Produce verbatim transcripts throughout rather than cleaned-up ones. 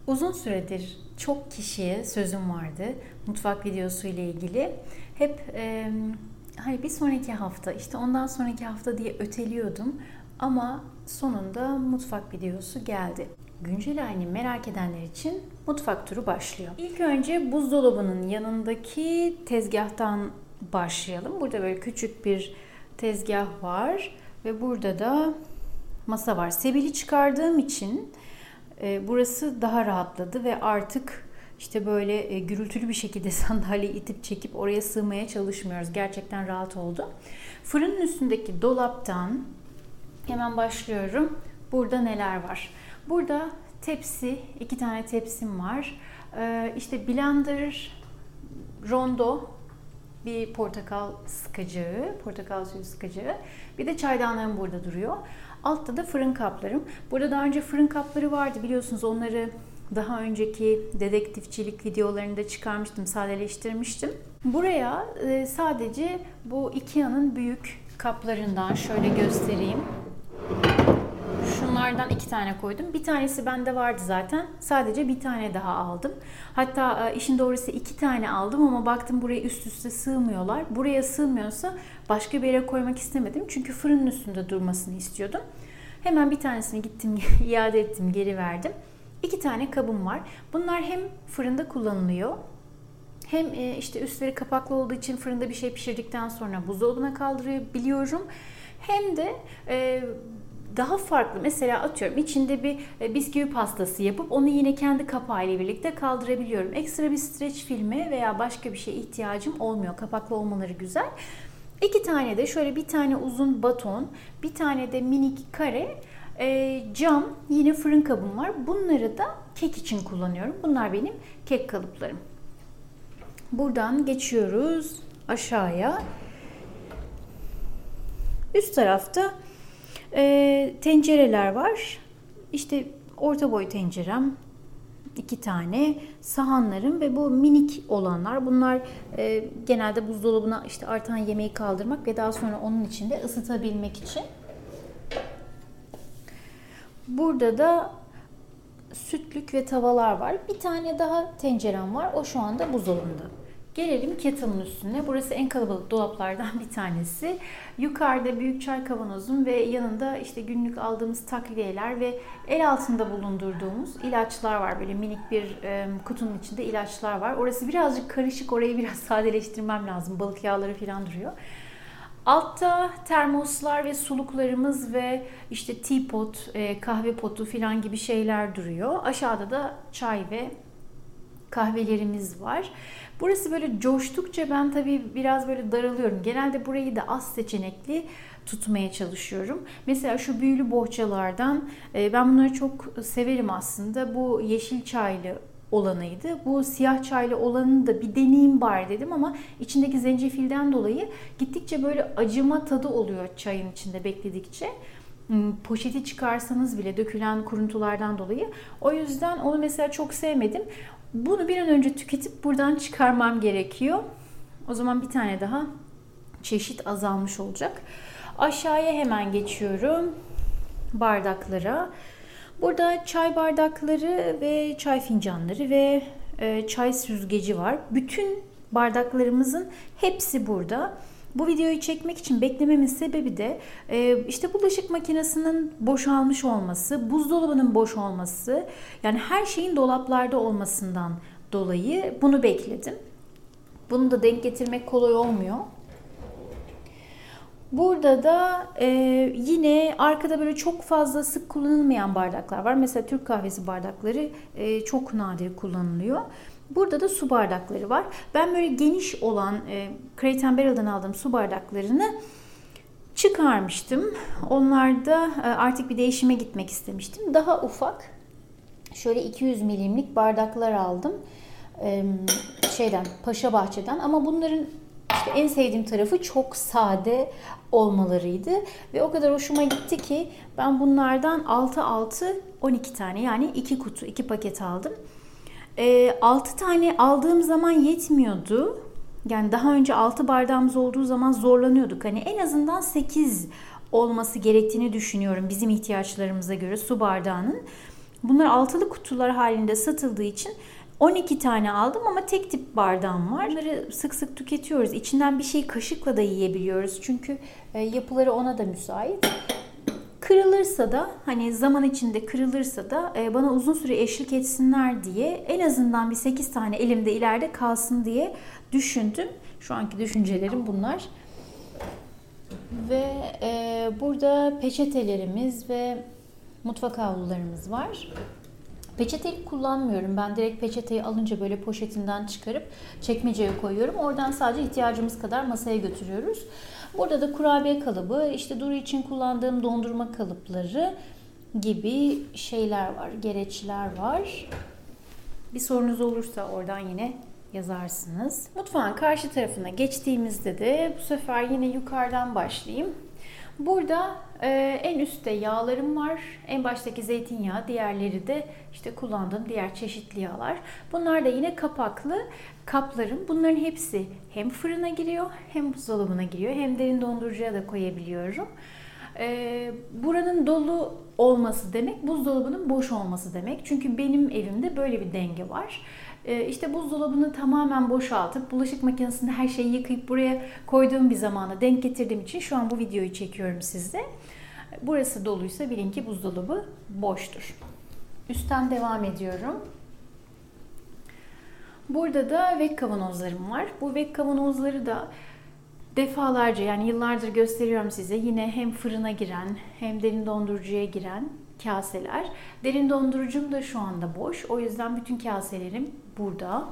Uzun süredir çok kişiye sözüm vardı mutfak videosu ile ilgili. Hep e, hani bir sonraki hafta, işte ondan sonraki hafta diye öteliyordum. Ama sonunda mutfak videosu geldi. Güncel halini merak edenler için mutfak turu başlıyor. İlk önce buzdolabının yanındaki tezgahtan başlayalım. Burada böyle küçük bir tezgah var ve burada da masa var. Sebili çıkardığım için e, burası daha rahatladı ve artık işte böyle e, gürültülü bir şekilde sandalyeyi itip çekip oraya sığmaya çalışmıyoruz. Gerçekten rahat oldu. Fırının üstündeki dolaptan hemen başlıyorum. Burada neler var? Burada tepsi, iki tane tepsim var. Ee, işte blender, rondo, bir portakal sıkacağı, portakal suyu sıkacağı. Bir de çaydanlığım burada duruyor. Altta da fırın kaplarım. Burada daha önce fırın kapları vardı. Biliyorsunuz onları daha önceki dedektifçilik videolarında çıkarmıştım, sadeleştirmiştim. Buraya sadece bu Ikea'nın büyük kaplarından şöyle göstereyim. Şunlardan iki tane koydum. Bir tanesi bende vardı zaten. Sadece bir tane daha aldım. Hatta işin doğrusu iki tane aldım ama baktım buraya üst üste sığmıyorlar. Buraya sığmıyorsa başka bir yere koymak istemedim. Çünkü fırının üstünde durmasını istiyordum. Hemen bir tanesini gittim, iade ettim, geri verdim. İki tane kabım var. Bunlar hem fırında kullanılıyor, hem işte üstleri kapaklı olduğu için fırında bir şey pişirdikten sonra buzdolabına kaldırabiliyorum. Hem de daha farklı, mesela atıyorum içinde bir bisküvi pastası yapıp onu yine kendi kapağıyla birlikte kaldırabiliyorum. Ekstra bir streç filme veya başka bir şeye ihtiyacım olmuyor. Kapaklı olmaları güzel. İki tane de şöyle, bir tane uzun baton, bir tane de minik kare e, cam yine fırın kabım var. Bunları da kek için kullanıyorum. Bunlar benim kek kalıplarım. Buradan geçiyoruz aşağıya. Üst tarafta e, tencereler var. İşte orta boy tencerem, iki tane sahanlarım ve bu minik olanlar. Bunlar e, genelde buzdolabına işte artan yemeği kaldırmak ve daha sonra onun içinde ısıtabilmek için. Burada da sütlük ve tavalar var. Bir tane daha tencerem var. O şu anda buzdolabında. Gelelim kettle'ın üstüne. Burası en kalabalık dolaplardan bir tanesi. Yukarıda büyük çay kavanozum ve yanında işte günlük aldığımız takviyeler ve el altında bulundurduğumuz ilaçlar var. Böyle minik bir e, kutunun içinde ilaçlar var. Orası birazcık karışık. Orayı biraz sadeleştirmem lazım. Balık yağları falan duruyor. Altta termoslar ve suluklarımız ve işte teapot, e, kahve potu falan gibi şeyler duruyor. Aşağıda da çay ve kahvelerimiz var. Burası böyle coştukça ben tabii biraz böyle daralıyorum. Genelde burayı da az seçenekli tutmaya çalışıyorum. Mesela şu büyülü bohçalardan ben bunları çok severim aslında. Bu yeşil çaylı olanıydı. Bu siyah çaylı olanını da bir deneyeyim bari dedim ama içindeki zencefilden dolayı gittikçe böyle acıma tadı oluyor çayın içinde bekledikçe. Poşeti çıkarsanız bile dökülen kuruntulardan dolayı. O yüzden onu mesela çok sevmedim. Bunu bir an önce tüketip buradan çıkarmam gerekiyor. O zaman bir tane daha çeşit azalmış olacak. Aşağıya hemen geçiyorum. Bardaklara. Burada çay bardakları ve çay fincanları ve e, çay süzgeci var. Bütün bardaklarımızın hepsi burada. Bu videoyu çekmek için beklememin sebebi de e, işte bulaşık makinesinin boşalmış olması, buzdolabının boş olması, yani her şeyin dolaplarda olmasından dolayı bunu bekledim. Bunu da denk getirmek kolay olmuyor. Burada da e, yine arkada böyle çok fazla sık kullanılmayan bardaklar var. Mesela Türk kahvesi bardakları e, çok nadir kullanılıyor. Burada da su bardakları var. Ben böyle geniş olan e, Crate and Barrel'dan aldığım su bardaklarını çıkarmıştım. Onlarda e, artık bir değişime gitmek istemiştim. Daha ufak şöyle iki yüz milimlik bardaklar aldım. E, şeyden, Paşa Bahçe'den, ama bunların İşte en sevdiğim tarafı çok sade olmalarıydı ve o kadar hoşuma gitti ki ben bunlardan altı altı on iki tane, yani iki kutu, iki paket aldım. E, altı tane aldığım zaman yetmiyordu. Yani daha önce altı bardağımız olduğu zaman zorlanıyorduk. Hani en azından sekiz olması gerektiğini düşünüyorum bizim ihtiyaçlarımıza göre su bardağının. Bunlar altılı kutular halinde satıldığı için on iki tane aldım ama tek tip bardağım var. Bunları sık sık tüketiyoruz. İçinden bir şeyi kaşıkla da yiyebiliyoruz. Çünkü yapıları ona da müsait. Kırılırsa da, hani zaman içinde kırılırsa da bana uzun süre eşlik etsinler diye en azından bir sekiz tane elimde ileride kalsın diye düşündüm. Şu anki düşüncelerim bunlar. Ve e, burada peçetelerimiz ve mutfak havlularımız var. Peçeteyi kullanmıyorum. Ben direkt peçeteyi alınca böyle poşetinden çıkarıp çekmeceye koyuyorum. Oradan sadece ihtiyacımız kadar masaya götürüyoruz. Burada da kurabiye kalıbı, işte Duru için kullandığım dondurma kalıpları gibi şeyler var. Gereçler var. Bir sorunuz olursa oradan yine yazarsınız. Mutfağın karşı tarafına geçtiğimizde de bu sefer yine yukarıdan başlayayım. Burada e, en üstte yağlarım var. En baştaki zeytinyağı, diğerleri de işte kullandığım diğer çeşitli yağlar. Bunlar da yine kapaklı kaplarım. Bunların hepsi hem fırına giriyor, hem buzdolabına giriyor, hem derin dondurucuya da koyabiliyorum. E, buranın dolu olması demek, buzdolabının boş olması demek. Çünkü benim evimde böyle bir denge var. İşte buzdolabını tamamen boşaltıp bulaşık makinesinde her şeyi yıkayıp buraya koyduğum bir zamana denk getirdiğim için şu an bu videoyu çekiyorum size. Burası doluysa bilin ki buzdolabı boştur. Üstten devam ediyorum. Burada da vek kavanozlarım var. Bu vek kavanozları da defalarca, yani yıllardır gösteriyorum size. Yine hem fırına giren hem derin dondurucuya giren kaseler. Derin dondurucum da şu anda boş. O yüzden bütün kaselerim burada.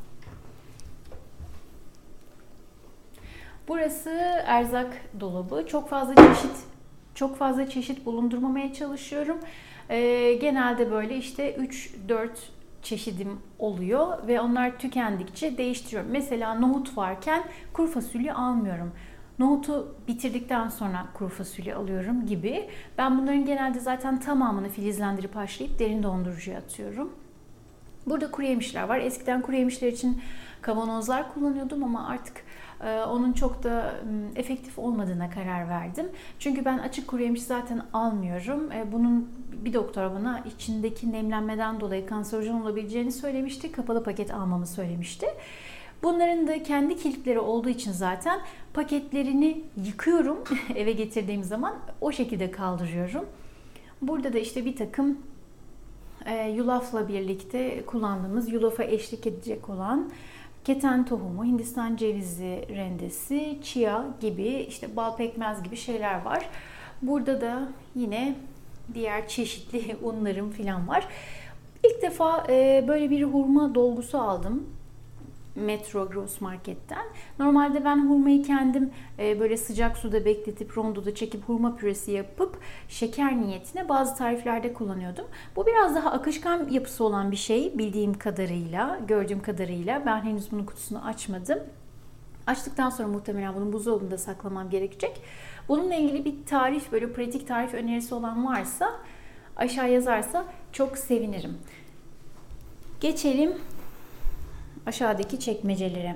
Burası erzak dolabı. Çok fazla çeşit çok fazla çeşit bulundurmamaya çalışıyorum. Ee, genelde böyle işte üç dört çeşidim oluyor ve onlar tükendikçe değiştiriyorum. Mesela nohut varken kuru fasulye almıyorum. Nohutu bitirdikten sonra kuru fasulye alıyorum gibi. Ben bunların genelde zaten tamamını filizlendirip haşlayıp derin dondurucuya atıyorum. Burada kuru yemişler var. Eskiden kuru yemişler için kavanozlar kullanıyordum ama artık e, onun çok da e, efektif olmadığına karar verdim. Çünkü ben açık kuru yemiş zaten almıyorum. E, bunun bir doktor bana içindeki nemlenmeden dolayı kanserojen olabileceğini söylemişti. Kapalı paket almamı söylemişti. Bunların da kendi kilitleri olduğu için zaten paketlerini yıkıyorum eve getirdiğim zaman, o şekilde kaldırıyorum. Burada da işte bir takım e, yulafla birlikte kullandığımız, yulafa eşlik edecek olan keten tohumu, Hindistan cevizi rendesi, chia gibi, işte bal pekmez gibi şeyler var. Burada da yine diğer çeşitli unlarım falan var. İlk defa e, böyle bir hurma dolgusu aldım Metro Gross Market'ten. Normalde ben hurmayı kendim e, böyle sıcak suda bekletip rondoda çekip hurma püresi yapıp şeker niyetine bazı tariflerde kullanıyordum. Bu biraz daha akışkan yapısı olan bir şey bildiğim kadarıyla, gördüğüm kadarıyla. Ben henüz bunun kutusunu açmadım. Açtıktan sonra muhtemelen bunun buzdolabında saklamam gerekecek. Bununla ilgili bir tarif, böyle pratik tarif önerisi olan varsa aşağı yazarsa çok sevinirim. Geçelim aşağıdaki çekmecelere.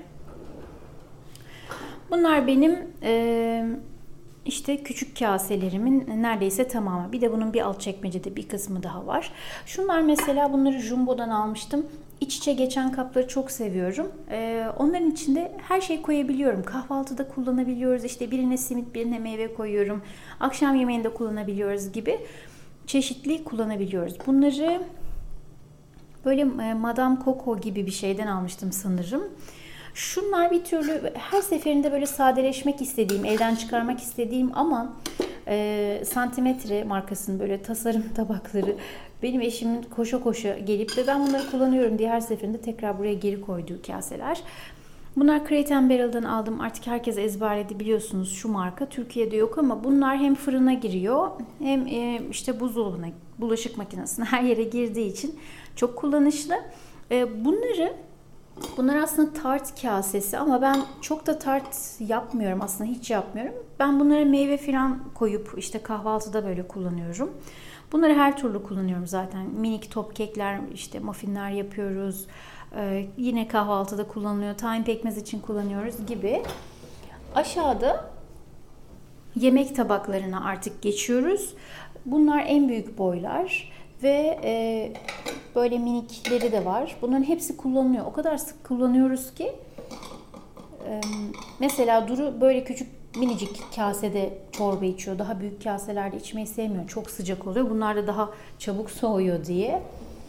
Bunlar benim e, işte küçük kaselerimin neredeyse tamamı. Bir de bunun bir alt çekmecede bir kısmı daha var. Şunlar mesela, bunları Jumbo'dan almıştım. İç içe geçen kapları çok seviyorum. E, onların içinde her şey koyabiliyorum. Kahvaltıda kullanabiliyoruz. İşte birine simit, birine meyve koyuyorum. Akşam yemeğinde kullanabiliyoruz gibi çeşitli kullanabiliyoruz. Bunları böyle Madame Coco gibi bir şeyden almıştım sanırım. Şunlar bir türlü her seferinde böyle sadeleşmek istediğim, elden çıkarmak istediğim ama e, santimetre markasının böyle tasarım tabakları. Benim eşimin koşa koşa gelip de ben bunları kullanıyorum diye her seferinde tekrar buraya geri koyduğu kaseler. Bunlar Crate and Barrel'dan aldım. Artık herkes ezberledi, biliyorsunuz şu marka. Türkiye'de yok ama bunlar hem fırına giriyor hem e, işte buzdolabına, bulaşık makinesine, her yere girdiği için çok kullanışlı. E, bunları bunlar aslında tart kasesi ama ben çok da tart yapmıyorum, aslında hiç yapmıyorum. Ben bunlara meyve falan koyup işte kahvaltıda böyle kullanıyorum. Bunları her türlü kullanıyorum zaten. Minik top kekler, işte muffinler yapıyoruz. Ee, yine kahvaltıda kullanılıyor. Tahin pekmez için kullanıyoruz gibi. Aşağıda yemek tabaklarına artık geçiyoruz. Bunlar en büyük boylar Ve e, böyle minikleri de var. Bunların hepsi kullanılıyor. O kadar sık kullanıyoruz ki e, mesela Duru böyle küçük minicik kasede çorba içiyor. Daha büyük kaselerde içmeyi sevmiyor. Çok sıcak oluyor. Bunlar da daha çabuk soğuyor diye.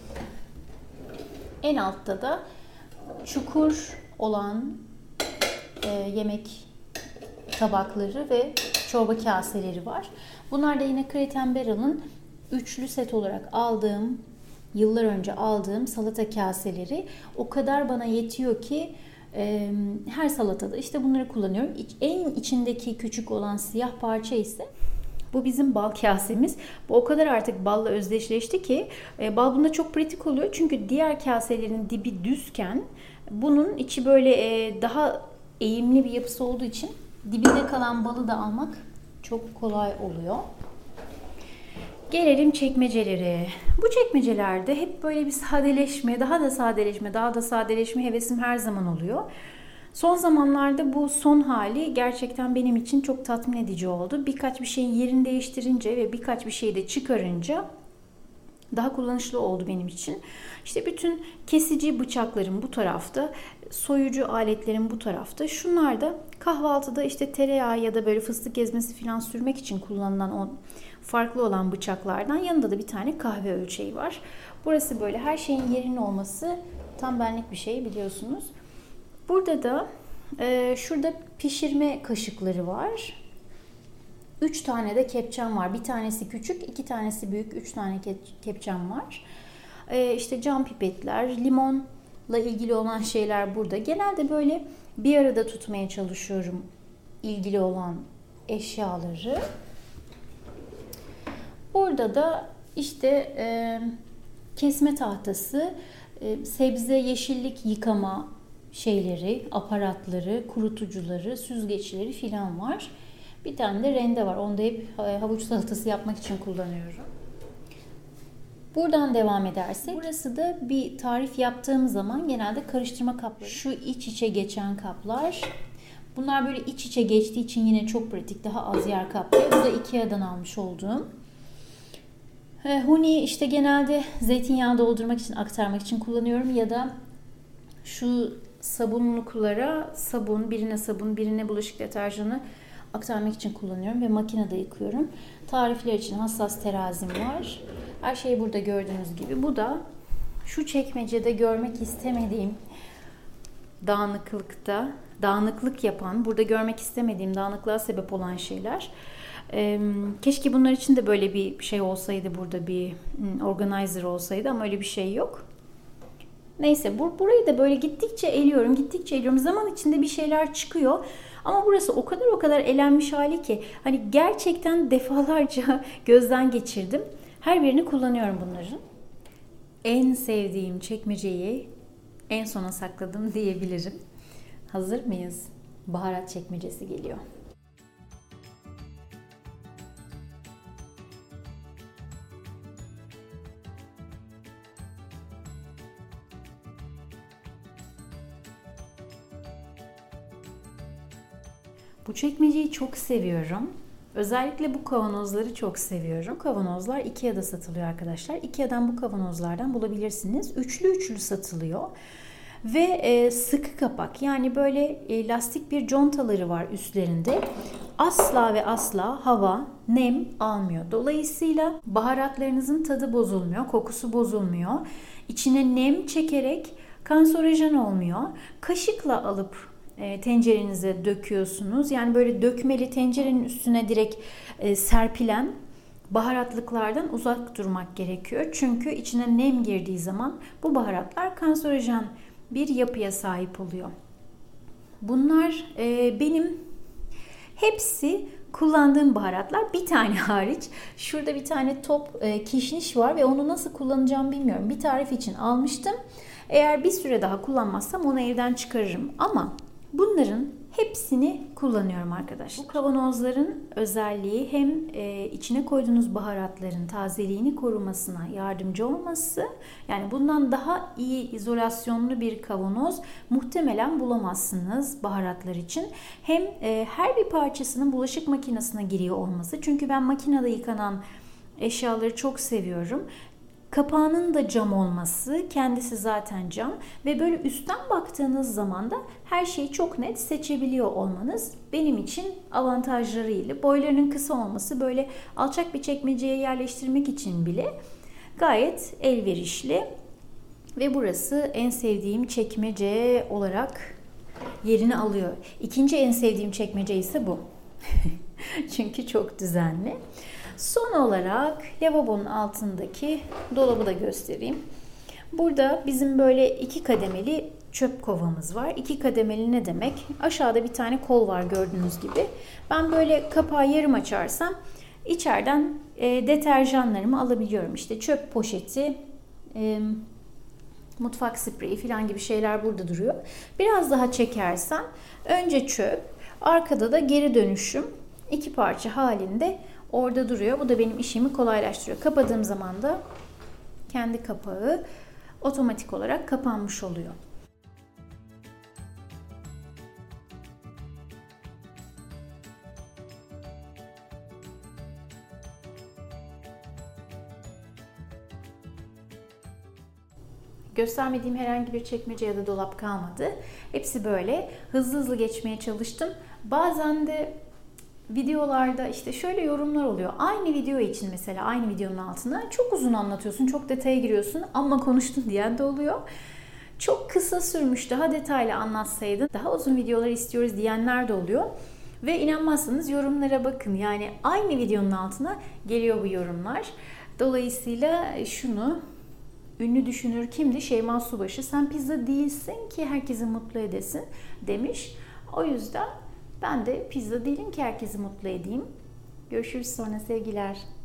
En altta da çukur olan e, yemek tabakları ve çorba kaseleri var. Bunlar da yine Crate and Barrel'ın üçlü set olarak aldığım, yıllar önce aldığım salata kaseleri. O kadar bana yetiyor ki e, her salatada işte bunları kullanıyorum. En içindeki küçük olan siyah parça ise bu bizim bal kasemiz. Bu o kadar artık balla özdeşleşti ki e, bal bunda çok pratik oluyor. Çünkü diğer kaselerin dibi düzken bunun içi böyle e, daha eğimli bir yapısı olduğu için dibinde kalan balı da almak çok kolay oluyor. Gelelim çekmecelere. Bu çekmecelerde hep böyle bir sadeleşme, daha da sadeleşme, daha da sadeleşme hevesim her zaman oluyor. Son zamanlarda bu son hali gerçekten benim için çok tatmin edici oldu. Birkaç bir şeyin yerini değiştirince ve birkaç bir şeyi de çıkarınca daha kullanışlı oldu benim için. İşte bütün kesici bıçaklarım bu tarafta, soyucu aletlerim bu tarafta. Şunlar da kahvaltıda işte tereyağı ya da böyle fıstık ezmesi falan sürmek için kullanılan o farklı olan bıçaklardan. Yanında da bir tane kahve ölçeği var. Burası böyle her şeyin yerinin olması tam benlik bir şey biliyorsunuz. Burada da e, şurada pişirme kaşıkları var. Üç tane de kepçem var. Bir tanesi küçük, iki tanesi büyük. Üç tane kepçem var. Ee, işte cam pipetler, limonla ilgili olan şeyler burada. Genelde böyle bir arada tutmaya çalışıyorum ilgili olan eşyaları. Burada da işte e, kesme tahtası, e, sebze, yeşillik yıkama şeyleri, aparatları, kurutucuları, süzgeçleri filan var. Bir tane de rende var. Onu da hep havuç salatası yapmak için kullanıyorum. Buradan devam edersek, burası da bir tarif yaptığım zaman genelde karıştırma kapları. Şu iç içe geçen kaplar. Bunlar böyle iç içe geçtiği için yine çok pratik. Daha az yer kaplıyor. Bu da Ikea'dan almış olduğum. Huni işte genelde zeytinyağı doldurmak için, aktarmak için kullanıyorum. Ya da şu sabunluklara sabun, birine sabun, birine bulaşık deterjanı aktarmak için kullanıyorum ve makinede yıkıyorum. Tarifler için hassas terazim var. Her şey burada gördüğünüz gibi. Bu da şu çekmecede görmek istemediğim dağınıklıkta, dağınıklık yapan, burada görmek istemediğim dağınıklığa sebep olan şeyler. Ee, keşke bunlar için de böyle bir şey olsaydı, burada bir organizer olsaydı ama öyle bir şey yok. Neyse bu, burayı da böyle gittikçe eliyorum, gittikçe eliyorum. Zaman içinde bir şeyler çıkıyor. Ama burası o kadar o kadar elenmiş hali ki hani gerçekten defalarca gözden geçirdim. Her birini kullanıyorum bunların. En sevdiğim çekmeceyi en sona sakladım diyebilirim. Hazır mıyız? Baharat çekmecesi geliyor. Bu çekmeceyi çok seviyorum. Özellikle bu kavanozları çok seviyorum. Bu kavanozlar Ikea'da satılıyor arkadaşlar. Ikea'dan bu kavanozlardan bulabilirsiniz. Üçlü üçlü satılıyor. Ve e, sıkı kapak. Yani böyle e, lastik bir contaları var üstlerinde. Asla ve asla hava, nem almıyor. Dolayısıyla baharatlarınızın tadı bozulmuyor, kokusu bozulmuyor. İçine nem çekerek kanserojen olmuyor. Kaşıkla alıp E, tencerenize döküyorsunuz. Yani böyle dökmeli tencerenin üstüne direkt e, serpilen baharatlıklardan uzak durmak gerekiyor. Çünkü içine nem girdiği zaman bu baharatlar kanserojen bir yapıya sahip oluyor. Bunlar e, benim hepsi kullandığım baharatlar, bir tane hariç. Şurada bir tane top e, kişniş var ve onu nasıl kullanacağımı bilmiyorum. Bir tarif için almıştım. Eğer bir süre daha kullanmazsam onu evden çıkarırım. Ama bunların hepsini kullanıyorum arkadaşlar. Bu kavanozların özelliği hem e, içine koyduğunuz baharatların tazeliğini korumasına yardımcı olması. Yani bundan daha iyi izolasyonlu bir kavanoz muhtemelen bulamazsınız baharatlar için. Hem e, her bir parçasının bulaşık makinesine giriyor olması. Çünkü ben makinede yıkanan eşyaları çok seviyorum. Kapağının da cam olması, kendisi zaten cam ve böyle üstten baktığınız zaman da her şeyi çok net seçebiliyor olmanız benim için avantajlarıyla. Boylarının kısa olması böyle alçak bir çekmeceye yerleştirmek için bile gayet elverişli. Ve burası en sevdiğim çekmece olarak yerini alıyor. İkinci en sevdiğim çekmece ise bu. Çünkü çok düzenli. Son olarak lavabonun altındaki dolabı da göstereyim. Burada bizim böyle iki kademeli çöp kovamız var. İki kademeli ne demek? Aşağıda bir tane kol var gördüğünüz gibi. Ben böyle kapağı yarım açarsam içeriden e, deterjanlarımı alabiliyorum. İşte çöp poşeti, e, mutfak spreyi falan gibi şeyler burada duruyor. Biraz daha çekersem önce çöp, arkada da geri dönüşüm iki parça halinde orada duruyor. Bu da benim işimi kolaylaştırıyor. Kapadığım zaman da kendi kapağı otomatik olarak kapanmış oluyor. Göstermediğim herhangi bir çekmece ya da dolap kalmadı. Hepsi böyle. Hızlı hızlı geçmeye çalıştım. Bazen de videolarda işte şöyle yorumlar oluyor. Aynı video için mesela aynı videonun altına çok uzun anlatıyorsun, çok detaya giriyorsun ama konuştun diyen de oluyor. Çok kısa sürmüş, daha detaylı anlatsaydın, daha uzun videolar istiyoruz diyenler de oluyor. Ve inanmazsanız yorumlara bakın. Yani aynı videonun altına geliyor bu yorumlar. Dolayısıyla şunu, ünlü düşünür kimdi? Şeyma Subaşı. Sen pizza değilsin ki herkesi mutlu edesin demiş. O yüzden ben de pizza değilim ki herkesi mutlu edeyim. Görüşürüz sonra, sevgiler.